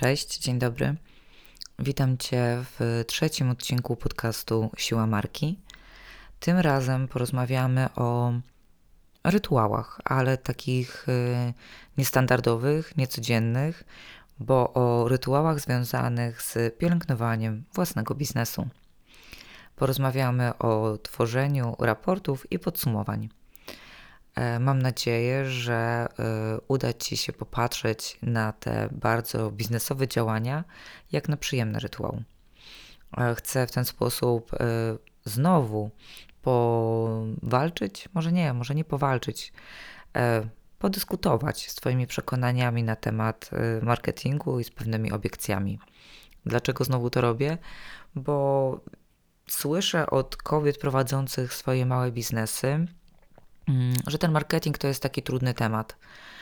Cześć, dzień dobry. Witam Cię w trzecim odcinku podcastu Siła Marki. Tym razem porozmawiamy o rytuałach, ale takich niestandardowych, niecodziennych, bo o rytuałach związanych z pielęgnowaniem własnego biznesu. Porozmawiamy o tworzeniu raportów i podsumowań. Mam nadzieję, że uda Ci się popatrzeć na te bardzo biznesowe działania jak na przyjemny rytuał. Chcę w ten sposób znowu powalczyć, może nie powalczyć, podyskutować z Twoimi przekonaniami na temat marketingu i z pewnymi obiekcjami. Dlaczego znowu to robię? Bo słyszę od kobiet prowadzących swoje małe biznesy, że ten marketing to jest taki trudny temat.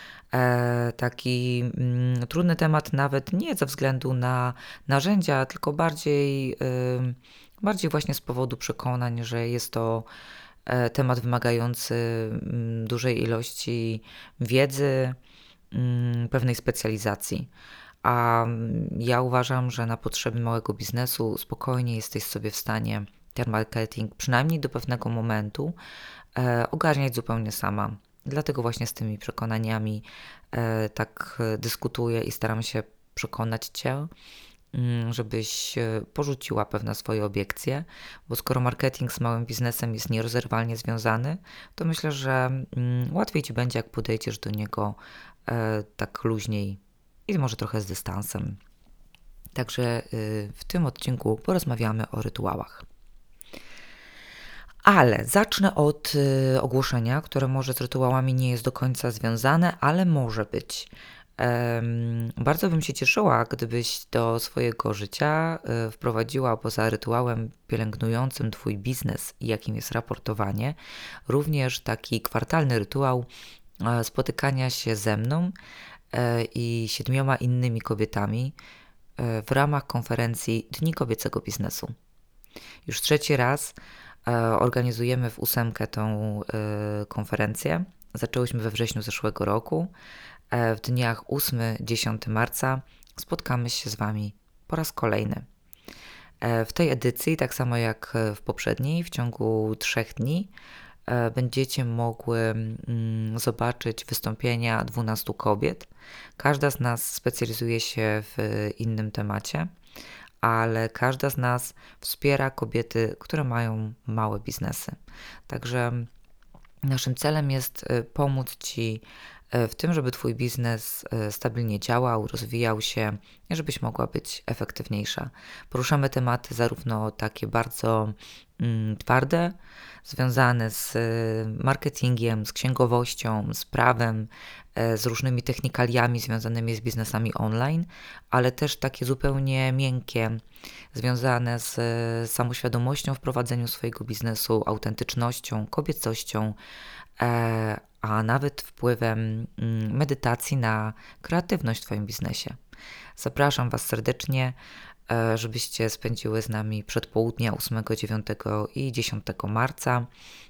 Taki trudny temat nawet nie ze względu na narzędzia, tylko bardziej właśnie z powodu przekonań, że jest to temat wymagający dużej ilości wiedzy, pewnej specjalizacji. A ja uważam, że na potrzeby małego biznesu spokojnie jesteś sobie w stanie ten marketing przynajmniej do pewnego momentu ogarniać zupełnie sama. Dlatego właśnie z tymi przekonaniami tak dyskutuję i staram się przekonać Cię, żebyś porzuciła pewne swoje obiekcje, bo skoro marketing z małym biznesem jest nierozerwalnie związany, to myślę, że łatwiej Ci będzie, jak podejdziesz do niego tak luźniej i może trochę z dystansem. Także w tym odcinku porozmawiamy o rytuałach. Ale zacznę od ogłoszenia, które może z rytuałami nie jest do końca związane, ale może być. Bardzo bym się cieszyła, gdybyś do swojego życia wprowadziła poza rytuałem pielęgnującym Twój biznes, jakim jest raportowanie, również taki kwartalny rytuał spotykania się ze mną i 7 innymi kobietami w ramach konferencji Dni Kobiecego Biznesu. Już trzeci raz organizujemy w 8 tą konferencję. Zaczęłyśmy we wrześniu zeszłego roku. W dniach 8-10 marca spotkamy się z Wami po raz kolejny. W tej edycji, tak samo jak w poprzedniej, w ciągu 3 dni będziecie mogły zobaczyć wystąpienia 12 kobiet. Każda z nas specjalizuje się w innym temacie, ale każda z nas wspiera kobiety, które mają małe biznesy. Także naszym celem jest pomóc Ci w tym, żeby Twój biznes stabilnie działał, rozwijał się i żebyś mogła być efektywniejsza. Poruszamy tematy zarówno takie bardzo twarde, związane z marketingiem, z księgowością, z prawem, z różnymi technikaliami związanymi z biznesami online, ale też takie zupełnie miękkie, związane z samoświadomością w prowadzeniu swojego biznesu, autentycznością, kobiecością, a nawet wpływem medytacji na kreatywność w Twoim biznesie. Zapraszam Was serdecznie, żebyście spędziły z nami przedpołudnia 8, 9 i 10 marca.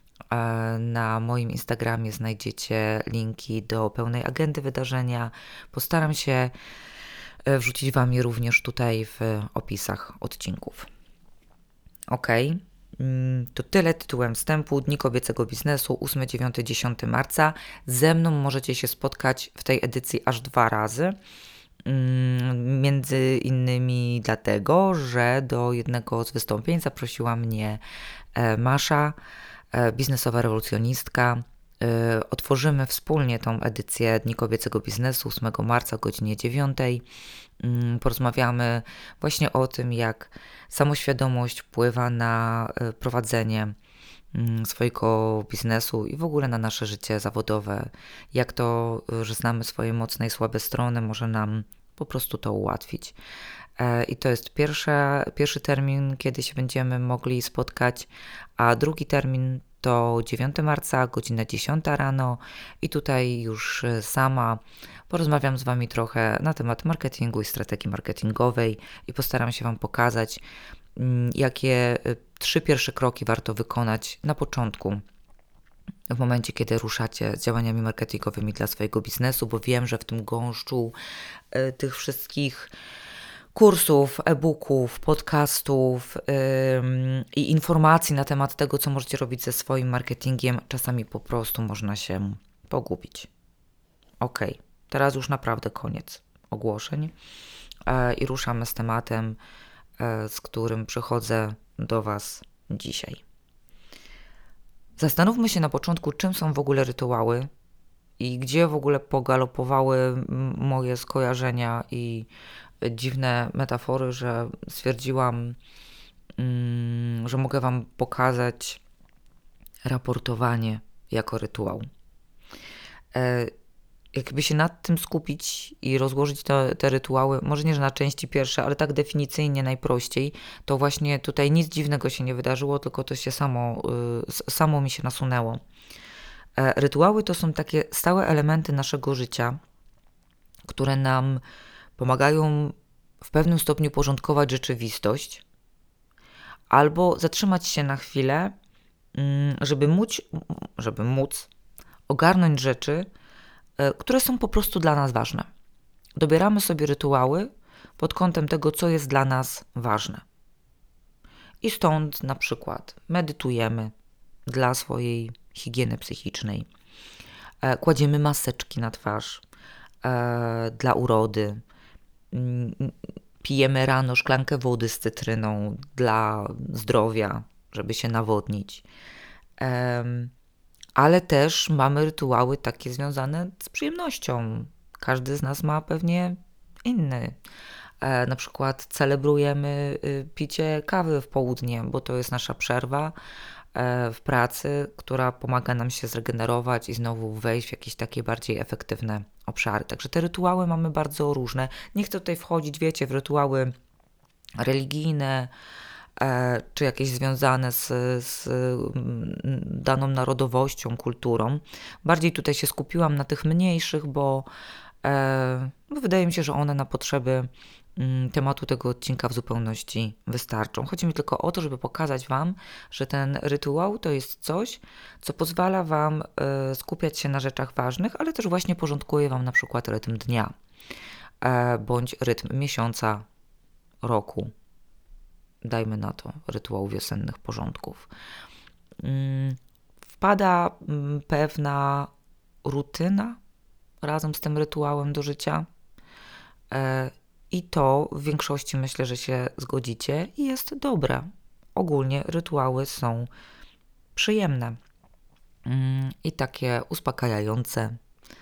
Na moim Instagramie znajdziecie linki do pełnej agendy wydarzenia. Postaram się wrzucić Wam je również tutaj w opisach odcinków. Ok. To tyle tytułem wstępu. Dni Kobiecego Biznesu 8, 9, 10 marca. Ze mną możecie się spotkać w tej edycji aż 2 razy. Między innymi dlatego, że do jednego z wystąpień zaprosiła mnie Masza, biznesowa rewolucjonistka. Otworzymy wspólnie tą edycję Dni Kobiecego Biznesu 8 marca o godzinie 9. Porozmawiamy właśnie o tym, jak samoświadomość wpływa na prowadzenie swojego biznesu i w ogóle na nasze życie zawodowe. Jak to, że znamy swoje mocne i słabe strony, może nam po prostu to ułatwić. I to jest pierwszy termin, kiedy się będziemy mogli spotkać, a drugi termin to 9 marca, godzina 10 rano i tutaj już sama porozmawiam z Wami trochę na temat marketingu i strategii marketingowej i postaram się Wam pokazać, jakie 3 pierwsze kroki warto wykonać na początku w momencie, kiedy ruszacie z działaniami marketingowymi dla swojego biznesu, bo wiem, że w tym gąszczu tych wszystkich kursów, e-booków, podcastów i informacji na temat tego, co możecie robić ze swoim marketingiem, czasami po prostu można się pogubić. Ok, teraz już naprawdę koniec ogłoszeń i ruszamy z tematem, z którym przychodzę do Was dzisiaj. Zastanówmy się na początku, czym są w ogóle rytuały i gdzie w ogóle pogalopowały moje skojarzenia i dziwne metafory, że stwierdziłam, że mogę Wam pokazać raportowanie jako rytuał. Jakby się nad tym skupić i rozłożyć te rytuały, może nie, że na części pierwsze, ale tak definicyjnie najprościej, to właśnie tutaj nic dziwnego się nie wydarzyło, tylko to się samo mi się nasunęło. Rytuały to są takie stałe elementy naszego życia, które nam pomagają w pewnym stopniu porządkować rzeczywistość albo zatrzymać się na chwilę, żeby móc ogarnąć rzeczy, które są po prostu dla nas ważne. Dobieramy sobie rytuały pod kątem tego, co jest dla nas ważne. I stąd na przykład medytujemy dla swojej higieny psychicznej, kładziemy maseczki na twarz dla urody, pijemy rano szklankę wody z cytryną dla zdrowia, żeby się nawodnić. Ale też mamy rytuały takie związane z przyjemnością. Każdy z nas ma pewnie inny. Na przykład celebrujemy picie kawy w południe, bo to jest nasza przerwa w pracy, która pomaga nam się zregenerować i znowu wejść w jakieś takie bardziej efektywne obszary. Także te rytuały mamy bardzo różne. Nie chcę tutaj wchodzić, wiecie, w rytuały religijne, czy jakieś związane z daną narodowością, kulturą. Bardziej tutaj się skupiłam na tych mniejszych, bo wydaje mi się, że one na potrzeby tematu tego odcinka w zupełności wystarczą. Chodzi mi tylko o to, żeby pokazać Wam, że ten rytuał to jest coś, co pozwala Wam skupiać się na rzeczach ważnych, ale też właśnie porządkuje Wam na przykład rytm dnia, bądź rytm miesiąca, roku. Dajmy na to rytuał wiosennych porządków. Wpada pewna rutyna razem z tym rytuałem do życia i to w większości myślę, że się zgodzicie i jest dobre. Ogólnie rytuały są przyjemne i takie uspokajające.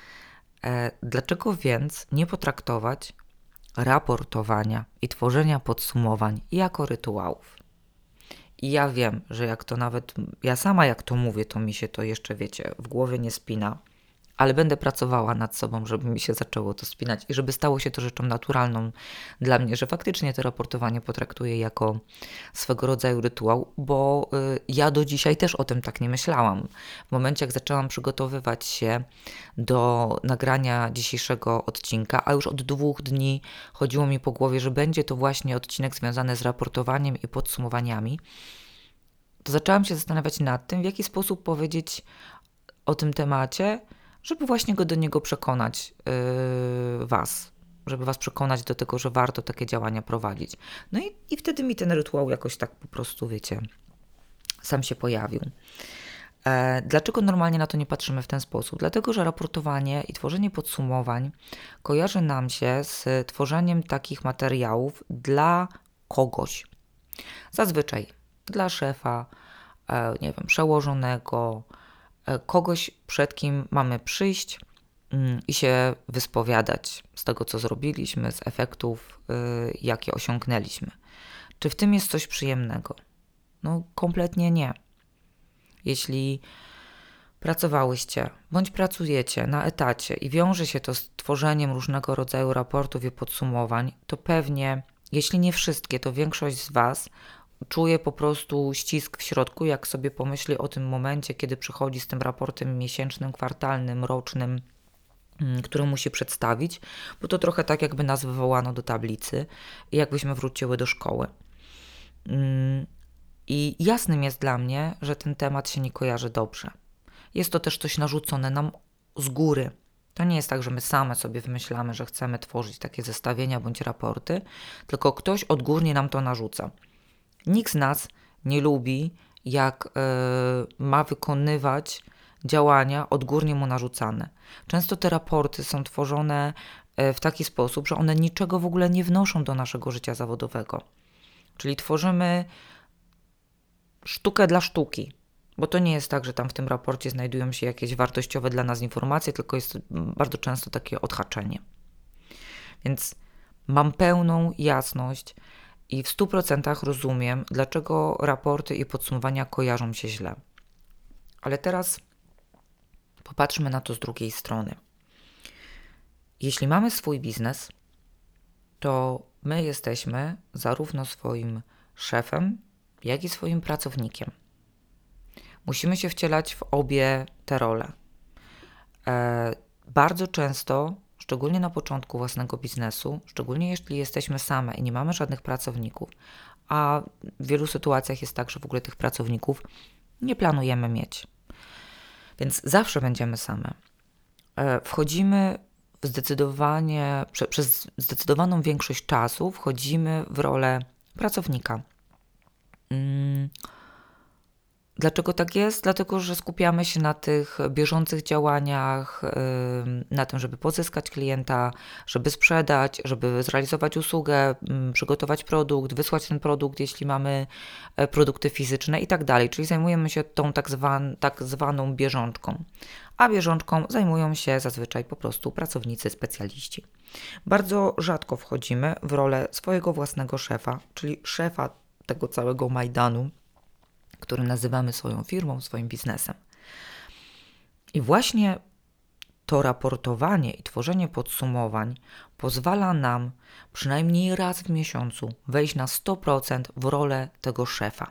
Dlaczego więc nie potraktować raportowania i tworzenia podsumowań jako rytuałów? I ja wiem, że jak to nawet, ja sama jak to mówię, to mi się to jeszcze, wiecie, w głowie nie spina, ale będę pracowała nad sobą, żeby mi się zaczęło to spinać i żeby stało się to rzeczą naturalną dla mnie, że faktycznie to raportowanie potraktuję jako swego rodzaju rytuał, bo ja do dzisiaj też o tym tak nie myślałam. W momencie, jak zaczęłam przygotowywać się do nagrania dzisiejszego odcinka, a już od 2 dni chodziło mi po głowie, że będzie to właśnie odcinek związany z raportowaniem i podsumowaniami, to zaczęłam się zastanawiać nad tym, w jaki sposób powiedzieć o tym temacie, żeby właśnie do niego przekonać Was, żeby Was przekonać do tego, że warto takie działania prowadzić. No i wtedy mi ten rytuał jakoś tak po prostu, wiecie, sam się pojawił. Dlaczego normalnie na to nie patrzymy w ten sposób? Dlatego, że raportowanie i tworzenie podsumowań kojarzy nam się z tworzeniem takich materiałów dla kogoś. Zazwyczaj dla szefa, nie wiem, przełożonego, kogoś, przed kim mamy przyjść i się wyspowiadać z tego, co zrobiliśmy, z efektów, jakie osiągnęliśmy. Czy w tym jest coś przyjemnego? No, kompletnie nie. Jeśli pracowałyście bądź pracujecie na etacie i wiąże się to z tworzeniem różnego rodzaju raportów i podsumowań, to pewnie, jeśli nie wszystkie, to większość z Was czuje po prostu ścisk w środku, jak sobie pomyśli o tym momencie, kiedy przychodzi z tym raportem miesięcznym, kwartalnym, rocznym, który musi przedstawić, bo to trochę tak, jakby nas wywołano do tablicy i jakbyśmy wróciły do szkoły. I jasnym jest dla mnie, że ten temat się nie kojarzy dobrze. jest to też coś narzucone nam z góry. To nie jest tak, że my same sobie wymyślamy, że chcemy tworzyć takie zestawienia bądź raporty, tylko ktoś odgórnie nam to narzuca. Nikt z nas nie lubi, jak ma wykonywać działania odgórnie mu narzucane. Często te raporty są tworzone w taki sposób, że one niczego w ogóle nie wnoszą do naszego życia zawodowego. Czyli tworzymy sztukę dla sztuki, bo to nie jest tak, że tam w tym raporcie znajdują się jakieś wartościowe dla nas informacje, tylko jest bardzo często takie odhaczenie. Więc mam pełną jasność i w 100% rozumiem, dlaczego raporty i podsumowania kojarzą się źle. Ale teraz popatrzmy na to z drugiej strony. Jeśli mamy swój biznes, to my jesteśmy zarówno swoim szefem, jak i swoim pracownikiem. Musimy się wcielać w obie te role. Bardzo często, szczególnie na początku własnego biznesu, szczególnie jeśli jesteśmy same i nie mamy żadnych pracowników, a w wielu sytuacjach jest tak, że w ogóle tych pracowników nie planujemy mieć. Więc zawsze będziemy same. Wchodzimy przez zdecydowaną większość czasu wchodzimy w rolę pracownika. Dlaczego tak jest? Dlatego, że skupiamy się na tych bieżących działaniach, na tym, żeby pozyskać klienta, żeby sprzedać, żeby zrealizować usługę, przygotować produkt, wysłać ten produkt, jeśli mamy produkty fizyczne i tak dalej. Czyli zajmujemy się tą tak zwaną bieżączką. A bieżączką zajmują się zazwyczaj po prostu pracownicy, specjaliści. Bardzo rzadko wchodzimy w rolę swojego własnego szefa, czyli szefa tego całego majdanu, który nazywamy swoją firmą, swoim biznesem. I właśnie to raportowanie i tworzenie podsumowań pozwala nam przynajmniej raz w miesiącu wejść na 100% w rolę tego szefa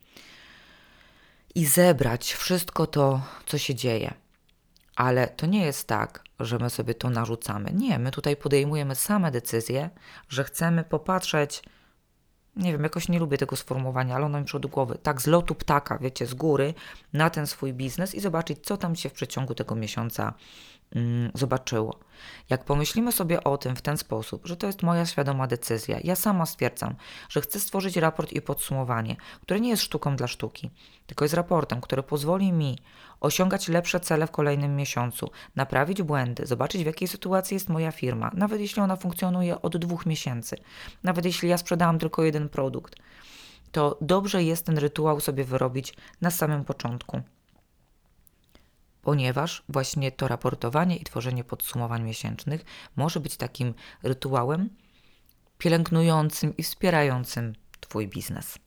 i zebrać wszystko to, co się dzieje. Ale to nie jest tak, że my sobie to narzucamy. Nie, my tutaj podejmujemy same decyzje, że chcemy popatrzeć, nie wiem, jakoś nie lubię tego sformułowania, ale ono mi przyszło do głowy, tak z lotu ptaka, wiecie, z góry na ten swój biznes i zobaczyć, co tam się w przeciągu tego miesiąca zobaczyło. Jak pomyślimy sobie o tym w ten sposób, że to jest moja świadoma decyzja, ja sama stwierdzam, że chcę stworzyć raport i podsumowanie, które nie jest sztuką dla sztuki, tylko jest raportem, który pozwoli mi osiągać lepsze cele w kolejnym miesiącu, naprawić błędy, zobaczyć, w jakiej sytuacji jest moja firma, nawet jeśli ona funkcjonuje od 2 miesięcy, nawet jeśli ja sprzedałam tylko jeden produkt, to dobrze jest ten rytuał sobie wyrobić na samym początku. Ponieważ właśnie to raportowanie i tworzenie podsumowań miesięcznych może być takim rytuałem pielęgnującym i wspierającym Twój biznes.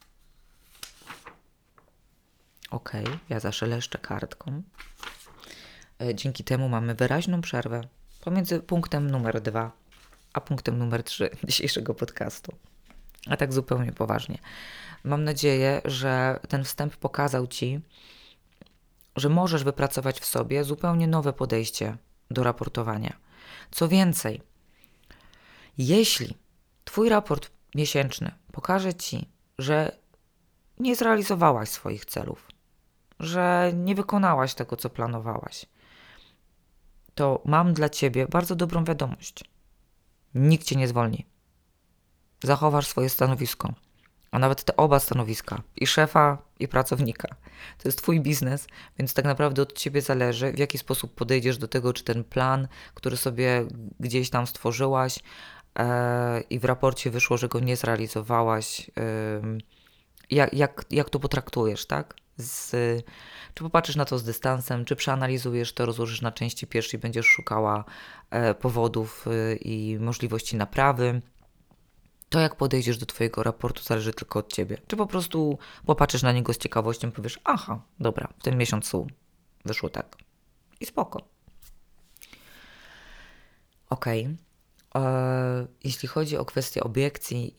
Ok, ja zaszeleszczę kartką. Dzięki temu mamy wyraźną przerwę pomiędzy punktem numer 2 a punktem numer 3 dzisiejszego podcastu. A tak zupełnie poważnie. Mam nadzieję, że ten wstęp pokazał Ci, że możesz wypracować w sobie zupełnie nowe podejście do raportowania. Co więcej, jeśli Twój raport miesięczny pokaże Ci, że nie zrealizowałaś swoich celów, że nie wykonałaś tego, co planowałaś, to mam dla Ciebie bardzo dobrą wiadomość. Nikt Cię nie zwolni. Zachowasz swoje stanowisko, a nawet te oba stanowiska, i szefa, i pracownika. To jest Twój biznes, więc tak naprawdę od Ciebie zależy, w jaki sposób podejdziesz do tego, czy ten plan, który sobie gdzieś tam stworzyłaś i w raporcie wyszło, że go nie zrealizowałaś, jak to potraktujesz, tak? Czy popatrzysz na to z dystansem, czy przeanalizujesz to, rozłożysz na części pierwszej, będziesz szukała powodów i możliwości naprawy. To, jak podejdziesz do Twojego raportu, zależy tylko od Ciebie. Czy po prostu popatrzysz na niego z ciekawością i powiesz, aha, dobra, w tym miesiącu wyszło tak. I spoko. Okej. Jeśli chodzi o kwestię obiekcji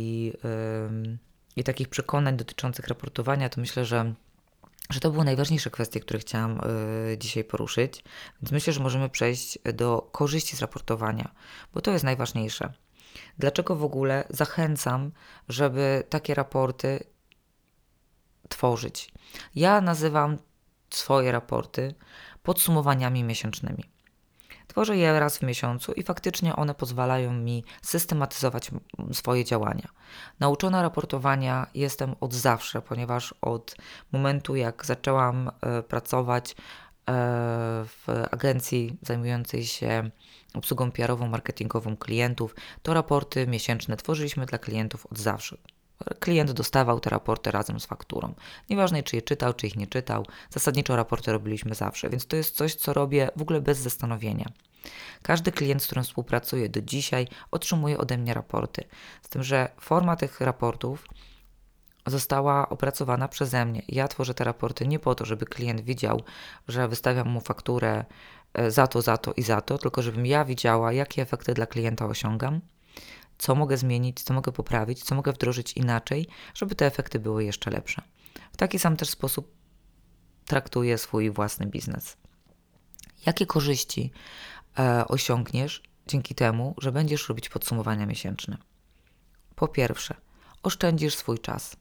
i takich przekonań dotyczących raportowania, to myślę, że to były najważniejsze kwestie, które chciałam dzisiaj poruszyć. Więc myślę, że możemy przejść do korzyści z raportowania, bo to jest najważniejsze. Dlaczego w ogóle zachęcam, żeby takie raporty tworzyć? Ja nazywam swoje raporty podsumowaniami miesięcznymi. Tworzę je raz w miesiącu i faktycznie one pozwalają mi systematyzować swoje działania. Nauczona raportowania jestem od zawsze, ponieważ od momentu, jak zaczęłam pracować w agencji zajmującej się obsługą PR-ową, marketingową klientów, to raporty miesięczne tworzyliśmy dla klientów od zawsze. Klient dostawał te raporty razem z fakturą. Nieważne, czy je czytał, czy ich nie czytał, zasadniczo raporty robiliśmy zawsze, więc to jest coś, co robię w ogóle bez zastanowienia. Każdy klient, z którym współpracuję do dzisiaj, otrzymuje ode mnie raporty. Z tym, że forma tych raportów została opracowana przeze mnie. Ja tworzę te raporty nie po to, żeby klient widział, że wystawiam mu fakturę za to i za to, tylko żebym ja widziała, jakie efekty dla klienta osiągam, co mogę zmienić, co mogę poprawić, co mogę wdrożyć inaczej, żeby te efekty były jeszcze lepsze. W taki sam też sposób traktuję swój własny biznes. Jakie korzyści osiągniesz dzięki temu, że będziesz robić podsumowania miesięczne? Po pierwsze, oszczędzisz swój czas.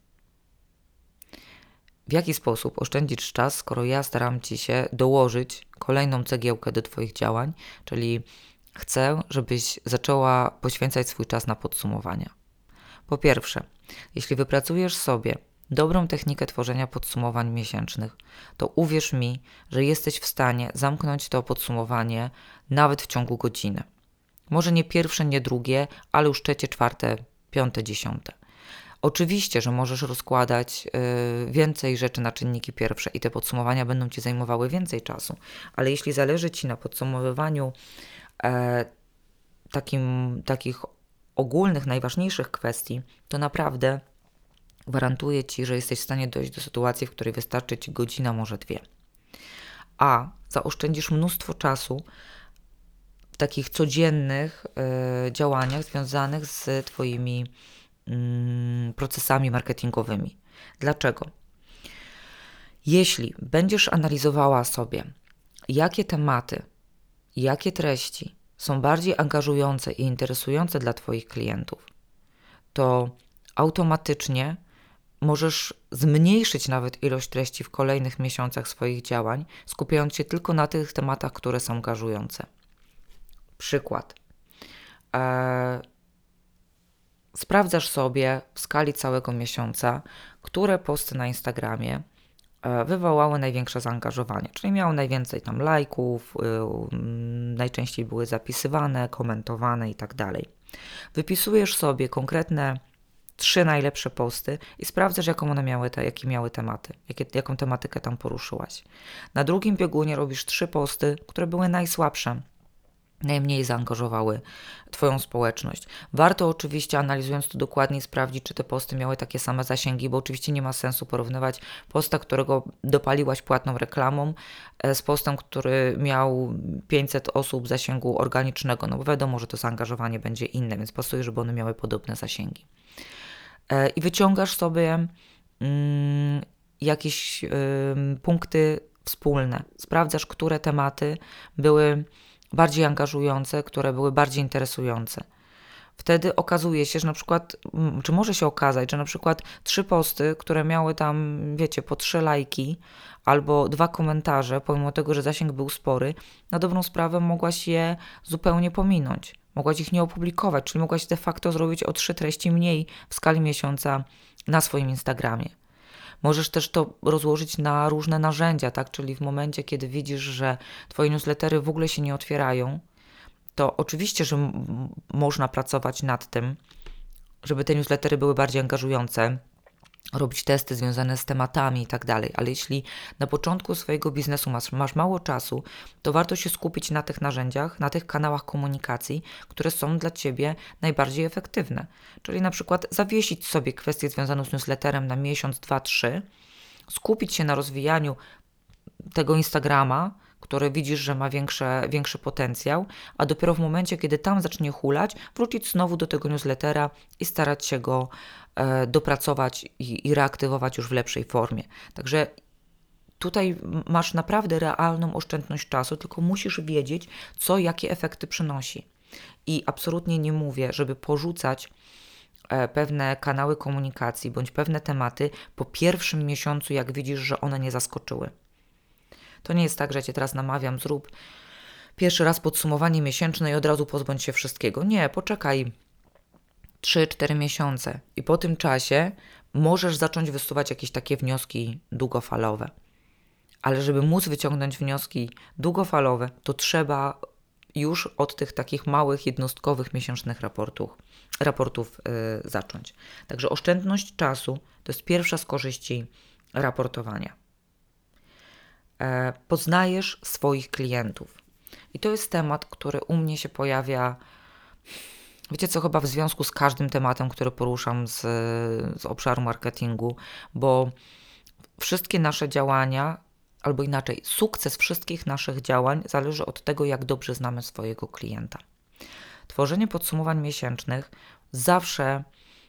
W jaki sposób oszczędzisz czas, skoro ja staram Ci się dołożyć kolejną cegiełkę do Twoich działań, czyli chcę, żebyś zaczęła poświęcać swój czas na podsumowania. Po pierwsze, jeśli wypracujesz sobie dobrą technikę tworzenia podsumowań miesięcznych, to uwierz mi, że jesteś w stanie zamknąć to podsumowanie nawet w ciągu godziny. Może nie pierwsze, nie drugie, ale już trzecie, czwarte, piąte, dziesiąte. Oczywiście, że możesz rozkładać więcej rzeczy na czynniki pierwsze i te podsumowania będą Ci zajmowały więcej czasu, ale jeśli zależy Ci na podsumowywaniu takich ogólnych, najważniejszych kwestii, to naprawdę gwarantuję Ci, że jesteś w stanie dojść do sytuacji, w której wystarczy Ci godzina, może 2. A zaoszczędzisz mnóstwo czasu w takich codziennych działaniach związanych z Twoimi procesami marketingowymi. Dlaczego? Jeśli będziesz analizowała sobie, jakie tematy, jakie treści są bardziej angażujące i interesujące dla Twoich klientów, to automatycznie możesz zmniejszyć nawet ilość treści w kolejnych miesiącach swoich działań, skupiając się tylko na tych tematach, które są angażujące. Przykład. Sprawdzasz sobie w skali całego miesiąca, które posty na Instagramie wywołały największe zaangażowanie, czyli miały najwięcej tam lajków, najczęściej były zapisywane, komentowane i tak dalej. Wypisujesz sobie konkretne 3 najlepsze posty i sprawdzasz, jakie miały tematy, jaką tematykę tam poruszyłaś. Na drugim biegunie robisz 3 posty, które były najsłabsze, najmniej zaangażowały Twoją społeczność. Warto oczywiście, analizując to dokładniej, sprawdzić, czy te posty miały takie same zasięgi, bo oczywiście nie ma sensu porównywać posta, którego dopaliłaś płatną reklamą, z postem, który miał 500 osób zasięgu organicznego, no bo wiadomo, że to zaangażowanie będzie inne, więc pasuje, żeby one miały podobne zasięgi. I wyciągasz sobie jakieś punkty wspólne. Sprawdzasz, które tematy były bardziej angażujące, które były bardziej interesujące. Wtedy okazuje się, że na przykład, czy może się okazać, że na przykład 3 posty, które miały tam, wiecie, po 3 lajki albo 2 komentarze, pomimo tego, że zasięg był spory, na dobrą sprawę mogłaś je zupełnie pominąć. Mogłaś ich nie opublikować, czyli mogłaś de facto zrobić o 3 treści mniej w skali miesiąca na swoim Instagramie. Możesz też to rozłożyć na różne narzędzia, tak? Czyli w momencie, kiedy widzisz, że Twoje newslettery w ogóle się nie otwierają, to oczywiście, że można pracować nad tym, żeby te newslettery były bardziej angażujące, robić testy związane z tematami i tak dalej, ale jeśli na początku swojego biznesu masz mało czasu, to warto się skupić na tych narzędziach, na tych kanałach komunikacji, które są dla Ciebie najbardziej efektywne. Czyli na przykład zawiesić sobie kwestię związaną z newsletterem na miesiąc, 2, 3, skupić się na rozwijaniu tego Instagrama, który widzisz, że ma większy potencjał, a dopiero w momencie, kiedy tam zacznie hulać, wrócić znowu do tego newslettera i starać się go dopracować i reaktywować już w lepszej formie. Także tutaj masz naprawdę realną oszczędność czasu, tylko musisz wiedzieć, co jakie efekty przynosi. I absolutnie nie mówię, żeby porzucać pewne kanały komunikacji bądź pewne tematy po pierwszym miesiącu, jak widzisz, że one nie zaskoczyły. To nie jest tak, że Cię teraz namawiam, zrób pierwszy raz podsumowanie miesięczne i od razu pozbądź się wszystkiego. Nie, poczekaj 3-4 miesiące i po tym czasie możesz zacząć wysuwać jakieś takie wnioski długofalowe. Ale żeby móc wyciągnąć wnioski długofalowe, to trzeba już od tych takich małych, jednostkowych, miesięcznych raportów zacząć. Także oszczędność czasu to jest pierwsza z korzyści raportowania. Poznajesz swoich klientów. I to jest temat, który u mnie się pojawia, wiecie co, chyba w związku z każdym tematem, który poruszam z obszaru marketingu, bo wszystkie nasze działania, albo inaczej, sukces wszystkich naszych działań zależy od tego, jak dobrze znamy swojego klienta. Tworzenie podsumowań miesięcznych zawsze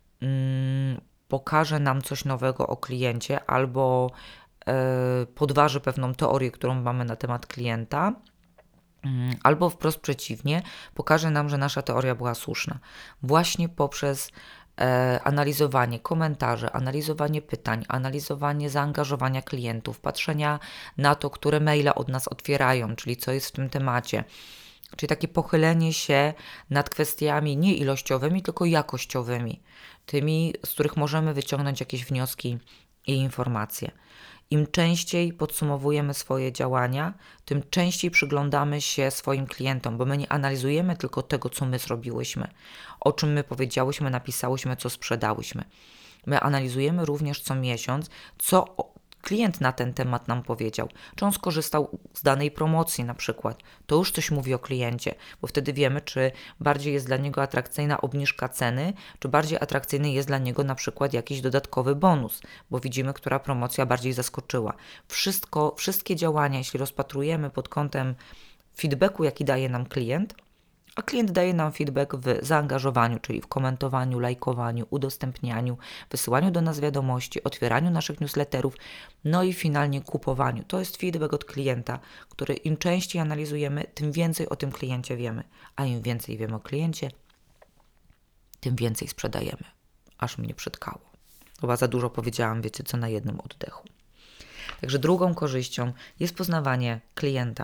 pokaże nam coś nowego o kliencie albo podważy pewną teorię, którą mamy na temat klienta, albo wprost przeciwnie, pokaże nam, że nasza teoria była słuszna. Właśnie poprzez analizowanie komentarzy, analizowanie pytań, analizowanie zaangażowania klientów, patrzenia na to, które maile od nas otwierają, czyli co jest w tym temacie. Czyli takie pochylenie się nad kwestiami nie ilościowymi, tylko jakościowymi. Tymi, z których możemy wyciągnąć jakieś wnioski i informacje. Im częściej podsumowujemy swoje działania, tym częściej przyglądamy się swoim klientom, bo my nie analizujemy tylko tego, co my zrobiłyśmy, o czym my powiedziałyśmy, napisałyśmy, co sprzedałyśmy. My analizujemy również co miesiąc, co klient na ten temat nam powiedział. Czy on skorzystał z danej promocji na przykład. To już coś mówi o kliencie, bo wtedy wiemy, czy bardziej jest dla niego atrakcyjna obniżka ceny, czy bardziej atrakcyjny jest dla niego na przykład jakiś dodatkowy bonus, bo widzimy, która promocja bardziej zaskoczyła. Wszystkie działania, jeśli rozpatrujemy pod kątem feedbacku, jaki daje nam klient, a klient daje nam feedback w zaangażowaniu, czyli w komentowaniu, lajkowaniu, udostępnianiu, wysyłaniu do nas wiadomości, otwieraniu naszych newsletterów, no i finalnie kupowaniu. To jest feedback od klienta, który im częściej analizujemy, tym więcej o tym kliencie wiemy. A im więcej wiemy o kliencie, tym więcej sprzedajemy. Aż mnie przytkało. Chyba za dużo powiedziałam, wiecie co, na jednym oddechu. Także drugą korzyścią jest poznawanie klienta.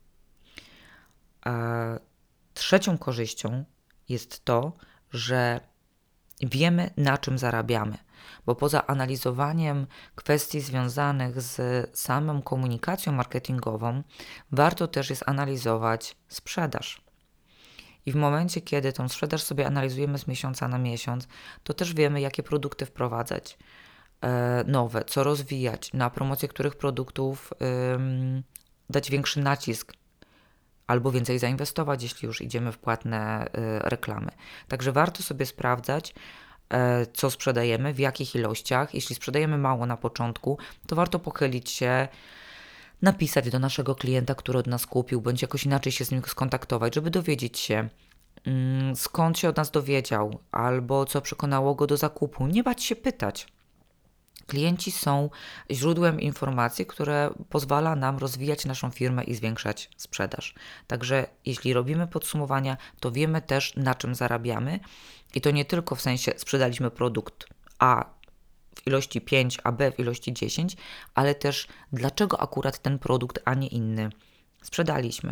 Trzecią korzyścią jest to, że wiemy, na czym zarabiamy, bo poza analizowaniem kwestii związanych z samą komunikacją marketingową, warto też jest analizować sprzedaż. I w momencie, kiedy tą sprzedaż sobie analizujemy z miesiąca na miesiąc, to też wiemy, jakie produkty wprowadzać nowe, co rozwijać, na promocję których produktów dać większy nacisk, albo więcej zainwestować, jeśli już idziemy w płatne reklamy. Także warto sobie sprawdzać, co sprzedajemy, w jakich ilościach. Jeśli sprzedajemy mało na początku, to warto pochylić się, napisać do naszego klienta, który od nas kupił, bądź jakoś inaczej się z nim skontaktować, żeby dowiedzieć się, skąd się od nas dowiedział, albo co przekonało go do zakupu. Nie bać się pytać. Klienci są źródłem informacji, które pozwala nam rozwijać naszą firmę i zwiększać sprzedaż. Także jeśli robimy podsumowania, to wiemy też, na czym zarabiamy i to nie tylko w sensie sprzedaliśmy produkt A w ilości 5, a B w ilości 10, ale też dlaczego akurat ten produkt, a nie inny sprzedaliśmy.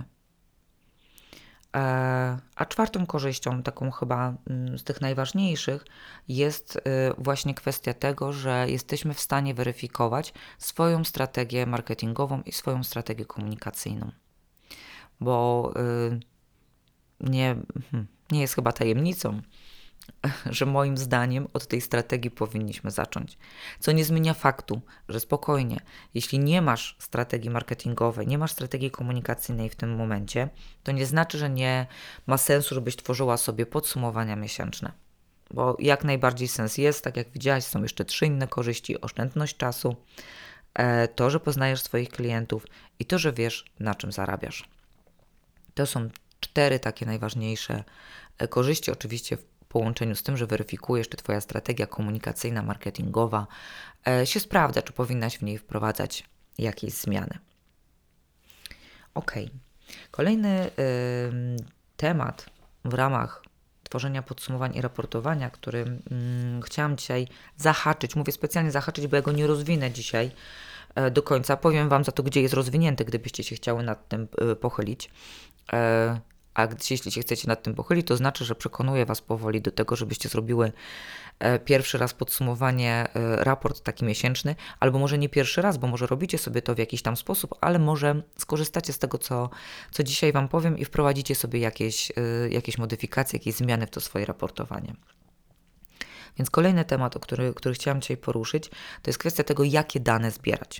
A czwartą korzyścią, taką chyba z tych najważniejszych, jest właśnie kwestia tego, że jesteśmy w stanie weryfikować swoją strategię marketingową i swoją strategię komunikacyjną. Bo nie jest chyba tajemnicą, że moim zdaniem od tej strategii powinniśmy zacząć. Co nie zmienia faktu, że spokojnie, jeśli nie masz strategii marketingowej, nie masz strategii komunikacyjnej w tym momencie, to nie znaczy, że nie ma sensu, żebyś tworzyła sobie podsumowania miesięczne. Bo jak najbardziej sens jest, tak jak widziałaś, są jeszcze 3 inne korzyści: oszczędność czasu, to, że poznajesz swoich klientów i to, że wiesz, na czym zarabiasz. To są 4 takie najważniejsze korzyści, oczywiście w połączeniu z tym, że weryfikujesz, czy Twoja strategia komunikacyjna, marketingowa się sprawdza, czy powinnaś w niej wprowadzać jakieś zmiany. Ok. Kolejny temat w ramach tworzenia podsumowań i raportowania, który chciałam dzisiaj zahaczyć, mówię specjalnie zahaczyć, bo ja go nie rozwinę dzisiaj, do końca. Powiem Wam za to, gdzie jest rozwinięty, gdybyście się chciały nad tym pochylić. Jeśli się chcecie nad tym pochylić, to znaczy, że przekonuję Was powoli do tego, żebyście zrobiły pierwszy raz podsumowanie, raport taki miesięczny, albo może nie pierwszy raz, bo może robicie sobie to w jakiś tam sposób, ale może skorzystacie z tego, co dzisiaj Wam powiem i wprowadzicie sobie jakieś modyfikacje, jakieś zmiany w to swoje raportowanie. Więc kolejny temat, który chciałam dzisiaj poruszyć, to jest kwestia tego, jakie dane zbierać.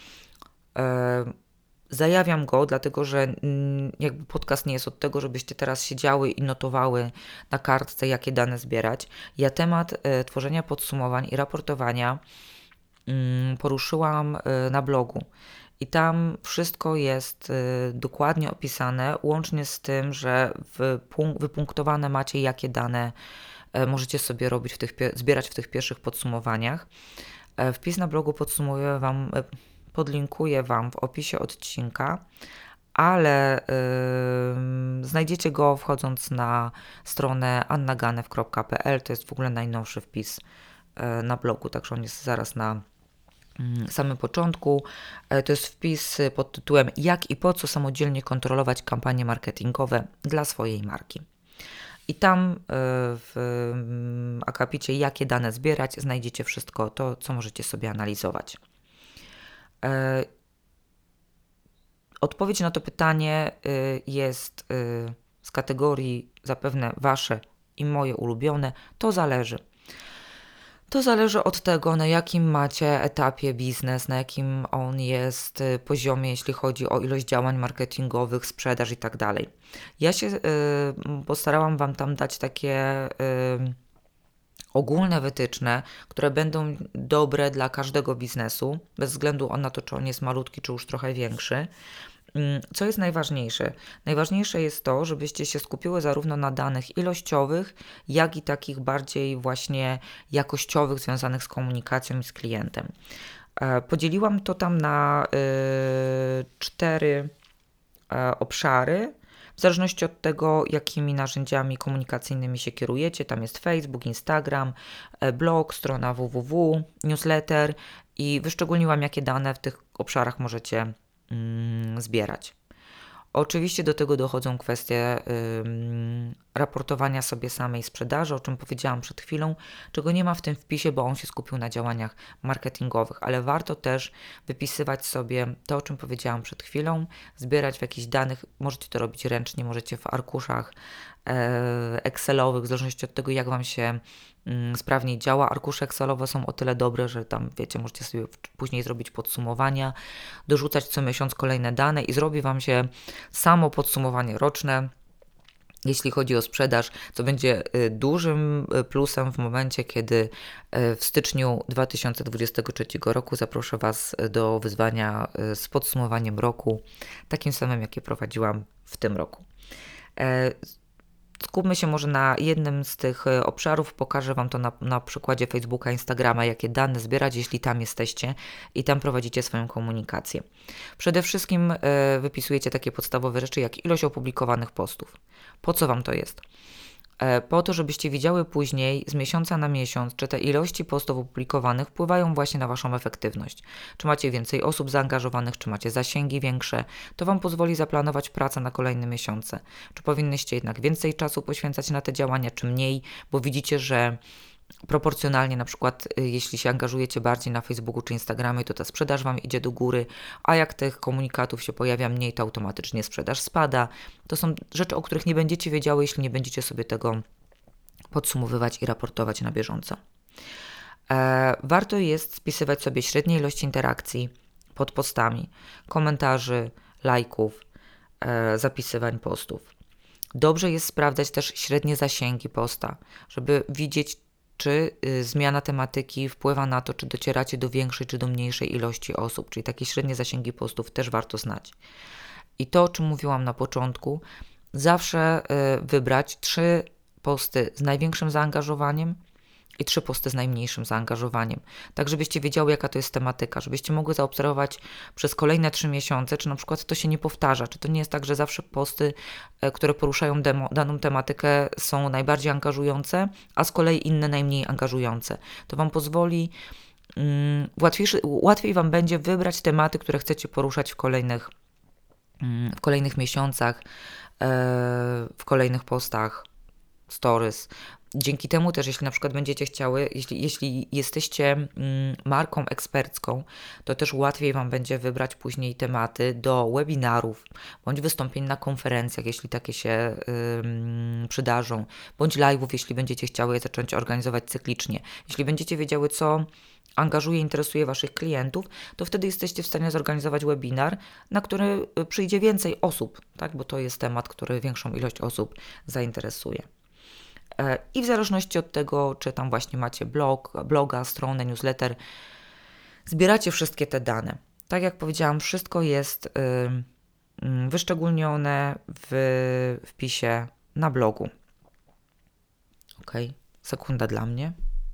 Zajawiam go, dlatego że jakby podcast nie jest od tego, żebyście teraz siedziały i notowały na kartce, jakie dane zbierać. Ja temat tworzenia podsumowań i raportowania poruszyłam na blogu. I tam wszystko jest dokładnie opisane, łącznie z tym, że wypunktowane macie, jakie dane możecie sobie robić zbierać w tych pierwszych podsumowaniach. Wpis na blogu podlinkuję Wam w opisie odcinka, ale znajdziecie go wchodząc na stronę annaganew.pl. To jest w ogóle najnowszy wpis na blogu, także on jest zaraz na samym początku. To jest wpis pod tytułem Jak i po co samodzielnie kontrolować kampanie marketingowe dla swojej marki. I tam w akapicie jakie dane zbierać znajdziecie wszystko to, co możecie sobie analizować. Odpowiedź na to pytanie jest z kategorii zapewne Wasze i moje ulubione. To zależy. To zależy od tego, na jakim macie etapie biznes, na jakim on jest poziomie, jeśli chodzi o ilość działań marketingowych, sprzedaż i tak dalej. Ja się postarałam Wam tam dać takie ogólne wytyczne, które będą dobre dla każdego biznesu, bez względu na to, czy on jest malutki, czy już trochę większy. Co jest najważniejsze? Najważniejsze jest to, żebyście się skupiły zarówno na danych ilościowych, jak i takich bardziej właśnie jakościowych, związanych z komunikacją i z klientem. Podzieliłam to tam na 4 obszary, w zależności od tego, jakimi narzędziami komunikacyjnymi się kierujecie. Tam jest Facebook, Instagram, blog, strona www, newsletter i wyszczególniłam, jakie dane w tych obszarach możecie zbierać. Oczywiście do tego dochodzą kwestie raportowania sobie samej sprzedaży, o czym powiedziałam przed chwilą, czego nie ma w tym wpisie, bo on się skupił na działaniach marketingowych, ale warto też wypisywać sobie to, o czym powiedziałam przed chwilą, zbierać w jakichś danych, możecie to robić ręcznie, możecie w arkuszach Excelowych, w zależności od tego, jak Wam się sprawniej działa. Arkusze Excelowe są o tyle dobre, że tam, wiecie, możecie sobie później zrobić podsumowania, dorzucać co miesiąc kolejne dane i zrobi Wam się samo podsumowanie roczne, jeśli chodzi o sprzedaż, co będzie dużym plusem w momencie, kiedy w styczniu 2023 roku zaproszę Was do wyzwania z podsumowaniem roku, takim samym, jakie prowadziłam w tym roku. Skupmy się może na jednym z tych obszarów, pokażę Wam to na przykładzie Facebooka, Instagrama, jakie dane zbierać, jeśli tam jesteście i tam prowadzicie swoją komunikację. Przede wszystkim wypisujecie takie podstawowe rzeczy, jak ilość opublikowanych postów. Po co Wam to jest? Po to, żebyście widziały później z miesiąca na miesiąc, czy te ilości postów opublikowanych wpływają właśnie na Waszą efektywność. Czy macie więcej osób zaangażowanych, czy macie zasięgi większe, to Wam pozwoli zaplanować pracę na kolejne miesiące. Czy powinnyście jednak więcej czasu poświęcać na te działania, czy mniej, bo widzicie, że proporcjonalnie na przykład jeśli się angażujecie bardziej na Facebooku czy Instagramie, to ta sprzedaż Wam idzie do góry, a jak tych komunikatów się pojawia mniej, to automatycznie sprzedaż spada. To są rzeczy, o których nie będziecie wiedziały, jeśli nie będziecie sobie tego podsumowywać i raportować na bieżąco. Warto jest spisywać sobie średnie ilości interakcji pod postami, komentarzy, lajków, zapisywań postów. Dobrze jest sprawdzać też średnie zasięgi posta, żeby widzieć, czy zmiana tematyki wpływa na to, czy docieracie do większej, czy do mniejszej ilości osób, czyli takie średnie zasięgi postów też warto znać. I to, o czym mówiłam na początku, zawsze wybrać 3 posty z największym zaangażowaniem i 3 posty z najmniejszym zaangażowaniem. Tak, żebyście wiedziały, jaka to jest tematyka, żebyście mogły zaobserwować przez kolejne 3 miesiące, czy na przykład to się nie powtarza, czy to nie jest tak, że zawsze posty, które poruszają daną tematykę są najbardziej angażujące, a z kolei inne najmniej angażujące. To Wam pozwoli łatwiej Wam będzie wybrać tematy, które chcecie poruszać w kolejnych miesiącach, w kolejnych postach, stories. Dzięki temu też, jeśli na przykład będziecie chciały, jeśli jesteście marką ekspercką, to też łatwiej Wam będzie wybrać później tematy do webinarów, bądź wystąpień na konferencjach, jeśli takie się przydarzą, bądź live'ów, jeśli będziecie chciały je zacząć organizować cyklicznie. Jeśli będziecie wiedziały, co angażuje, interesuje Waszych klientów, to wtedy jesteście w stanie zorganizować webinar, na który przyjdzie więcej osób, tak? Bo to jest temat, który większą ilość osób zainteresuje. I w zależności od tego, czy tam właśnie macie bloga, stronę, newsletter, zbieracie wszystkie te dane. Tak jak powiedziałam, wszystko jest wyszczególnione w wpisie na blogu. Ok, sekunda dla mnie.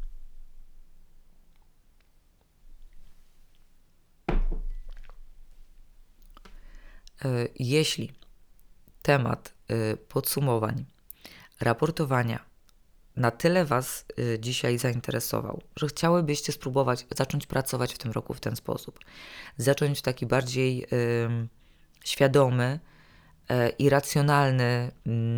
Jeśli temat podsumowań, raportowania na tyle Was dzisiaj zainteresował, że chciałybyście spróbować zacząć pracować w tym roku w ten sposób, zacząć w taki bardziej świadomy i racjonalny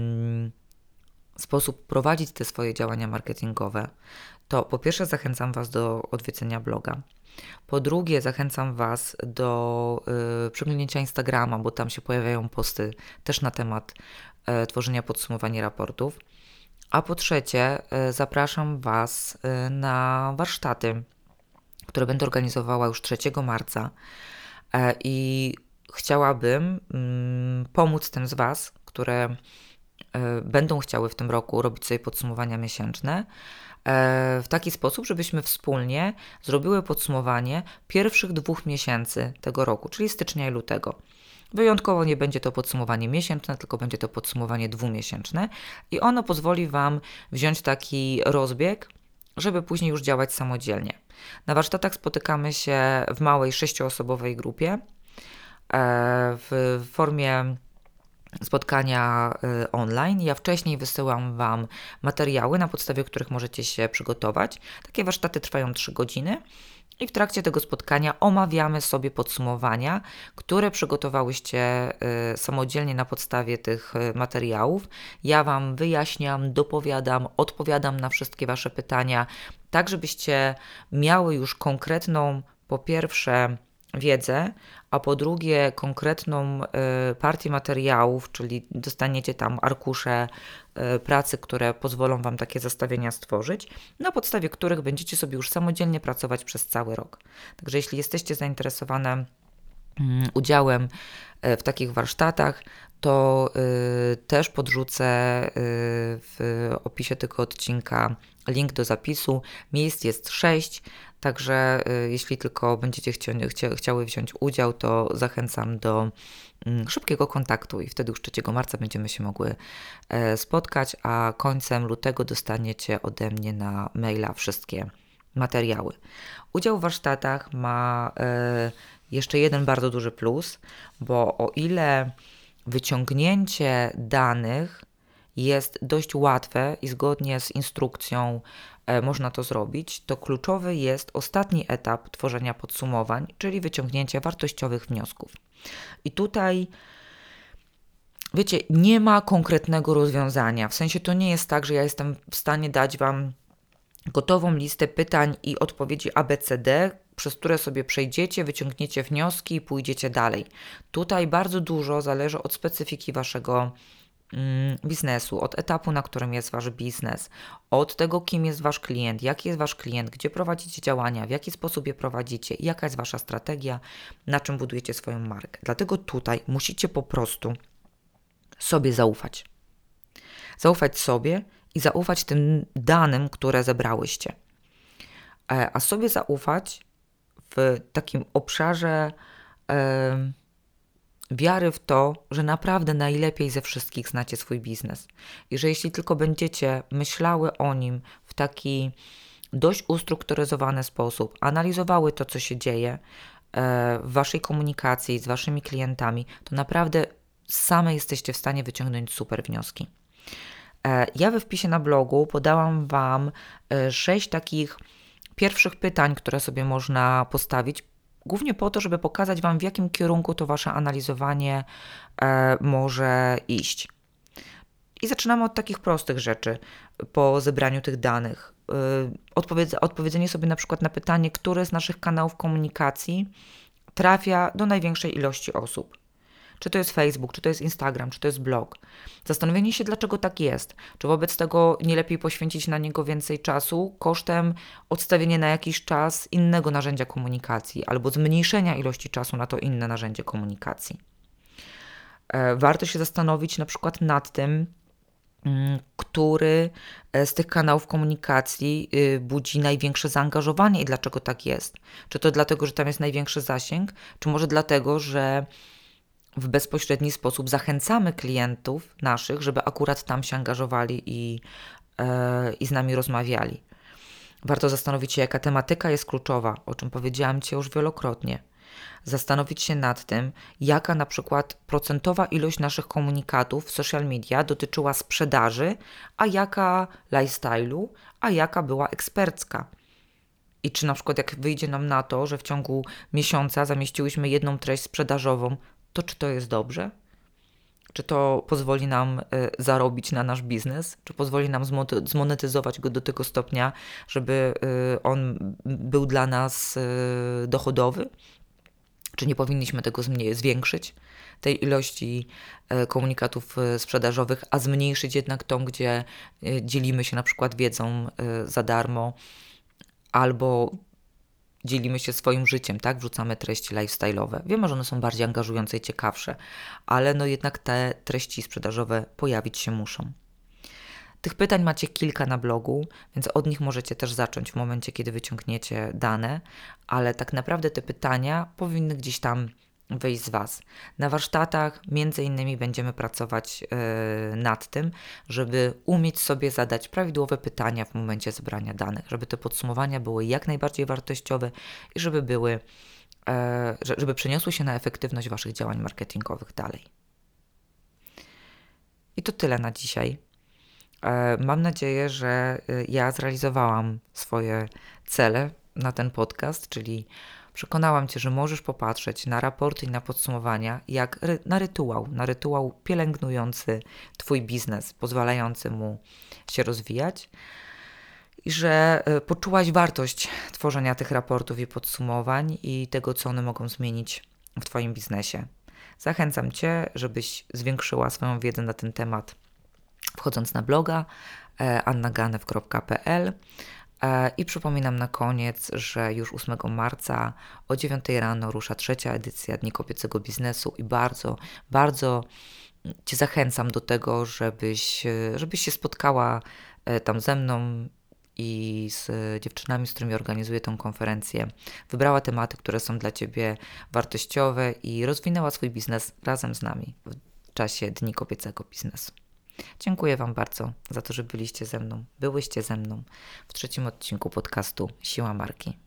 sposób prowadzić te swoje działania marketingowe, to po pierwsze zachęcam Was do odwiedzenia bloga. Po drugie zachęcam Was do przeglądnięcia Instagrama, bo tam się pojawiają posty też na temat tworzenia podsumowań raportów. A po trzecie zapraszam Was na warsztaty, które będę organizowała już 3 marca i chciałabym pomóc tym z Was, które będą chciały w tym roku robić sobie podsumowania miesięczne w taki sposób, żebyśmy wspólnie zrobiły podsumowanie pierwszych 2 miesięcy tego roku, czyli stycznia i lutego. Wyjątkowo nie będzie to podsumowanie miesięczne, tylko będzie to podsumowanie 2-miesięczne i ono pozwoli Wam wziąć taki rozbieg, żeby później już działać samodzielnie. Na warsztatach spotykamy się w małej 6-osobowej grupie w formie spotkania online. Ja wcześniej wysyłam Wam materiały, na podstawie których możecie się przygotować. Takie warsztaty trwają 3 godziny i w trakcie tego spotkania omawiamy sobie podsumowania, które przygotowałyście samodzielnie na podstawie tych materiałów. Ja Wam wyjaśniam, dopowiadam, odpowiadam na wszystkie Wasze pytania, tak żebyście miały już konkretną, po pierwsze, wiedzę, a po drugie konkretną partię materiałów, czyli dostaniecie tam arkusze pracy, które pozwolą Wam takie zestawienia stworzyć, na podstawie których będziecie sobie już samodzielnie pracować przez cały rok. Także jeśli jesteście zainteresowane udziałem w takich warsztatach, to też podrzucę w opisie tego odcinka link do zapisu. Miejsc jest 6, także jeśli tylko będziecie chciały wziąć udział, to zachęcam do szybkiego kontaktu i wtedy już 3 marca będziemy się mogły spotkać, a końcem lutego dostaniecie ode mnie na maila wszystkie materiały. Udział w warsztatach ma jeszcze jeden bardzo duży plus, bo o ile wyciągnięcie danych jest dość łatwe i zgodnie z instrukcją można to zrobić, to kluczowy jest ostatni etap tworzenia podsumowań, czyli wyciągnięcie wartościowych wniosków. I tutaj, wiecie, nie ma konkretnego rozwiązania. W sensie to nie jest tak, że ja jestem w stanie dać Wam gotową listę pytań i odpowiedzi ABCD, przez które sobie przejdziecie, wyciągniecie wnioski i pójdziecie dalej. Tutaj bardzo dużo zależy od specyfiki Waszego biznesu, od etapu, na którym jest Wasz biznes, od tego, kim jest Wasz klient, jaki jest Wasz klient, gdzie prowadzicie działania, w jaki sposób je prowadzicie, jaka jest Wasza strategia, na czym budujecie swoją markę. Dlatego tutaj musicie po prostu sobie zaufać. Zaufać sobie i zaufać tym danym, które zebrałyście. A sobie zaufać w takim obszarze wiary w to, że naprawdę najlepiej ze wszystkich znacie swój biznes i że jeśli tylko będziecie myślały o nim w taki dość ustrukturyzowany sposób, analizowały to, co się dzieje w Waszej komunikacji z Waszymi klientami, to naprawdę same jesteście w stanie wyciągnąć super wnioski. Ja we wpisie na blogu podałam Wam 6 takich pierwszych pytań, które sobie można postawić, głównie po to, żeby pokazać Wam, w jakim kierunku to Wasze analizowanie może iść. I zaczynamy od takich prostych rzeczy po zebraniu tych danych. Odpowiedzenie sobie na przykład na pytanie, który z naszych kanałów komunikacji trafia do największej ilości osób. Czy to jest Facebook, czy to jest Instagram, czy to jest blog. Zastanowienie się, dlaczego tak jest. Czy wobec tego nie lepiej poświęcić na niego więcej czasu kosztem odstawienia na jakiś czas innego narzędzia komunikacji albo zmniejszenia ilości czasu na to inne narzędzie komunikacji. Warto się zastanowić na przykład nad tym, który z tych kanałów komunikacji budzi największe zaangażowanie i dlaczego tak jest. Czy to dlatego, że tam jest największy zasięg, czy może dlatego, że w bezpośredni sposób zachęcamy klientów naszych, żeby akurat tam się angażowali i z nami rozmawiali. Warto zastanowić się, jaka tematyka jest kluczowa, o czym powiedziałam Ci już wielokrotnie. Zastanowić się nad tym, jaka na przykład procentowa ilość naszych komunikatów w social media dotyczyła sprzedaży, a jaka lifestyle'u, a jaka była ekspercka. I czy na przykład jak wyjdzie nam na to, że w ciągu miesiąca zamieściłyśmy jedną treść sprzedażową, to czy to jest dobrze? Czy to pozwoli nam zarobić na nasz biznes? Czy pozwoli nam zmonetyzować go do tego stopnia, żeby on był dla nas dochodowy? Czy nie powinniśmy tego zwiększyć, tej ilości komunikatów sprzedażowych, a zmniejszyć jednak tą, gdzie dzielimy się na przykład wiedzą za darmo albo dzielimy się swoim życiem, tak? Wrzucamy treści lifestyle'owe. Wiemy, że one są bardziej angażujące i ciekawsze, ale no jednak te treści sprzedażowe pojawić się muszą. Tych pytań macie kilka na blogu, więc od nich możecie też zacząć w momencie, kiedy wyciągniecie dane, ale tak naprawdę te pytania powinny gdzieś tam wyjść z Was. Na warsztatach między innymi będziemy pracować nad tym, żeby umieć sobie zadać prawidłowe pytania w momencie zebrania danych, żeby te podsumowania były jak najbardziej wartościowe i żeby przeniosły się na efektywność Waszych działań marketingowych dalej. I to tyle na dzisiaj. Mam nadzieję, że ja zrealizowałam swoje cele na ten podcast, czyli przekonałam Cię, że możesz popatrzeć na raporty i na podsumowania jak na rytuał pielęgnujący Twój biznes, pozwalający mu się rozwijać i że poczułaś wartość tworzenia tych raportów i podsumowań i tego, co one mogą zmienić w Twoim biznesie. Zachęcam Cię, żebyś zwiększyła swoją wiedzę na ten temat wchodząc na bloga annaganew.pl i przypominam na koniec, że już 8 marca o 9 rano rusza 3. edycja Dni Kobiecego Biznesu i bardzo, bardzo Cię zachęcam do tego, żebyś się spotkała tam ze mną i z dziewczynami, z którymi organizuję tę konferencję. Wybrała tematy, które są dla Ciebie wartościowe i rozwinęła swój biznes razem z nami w czasie Dni Kobiecego Biznesu. Dziękuję Wam bardzo za to, że byliście ze mną w 3. odcinku podcastu Siła Marki.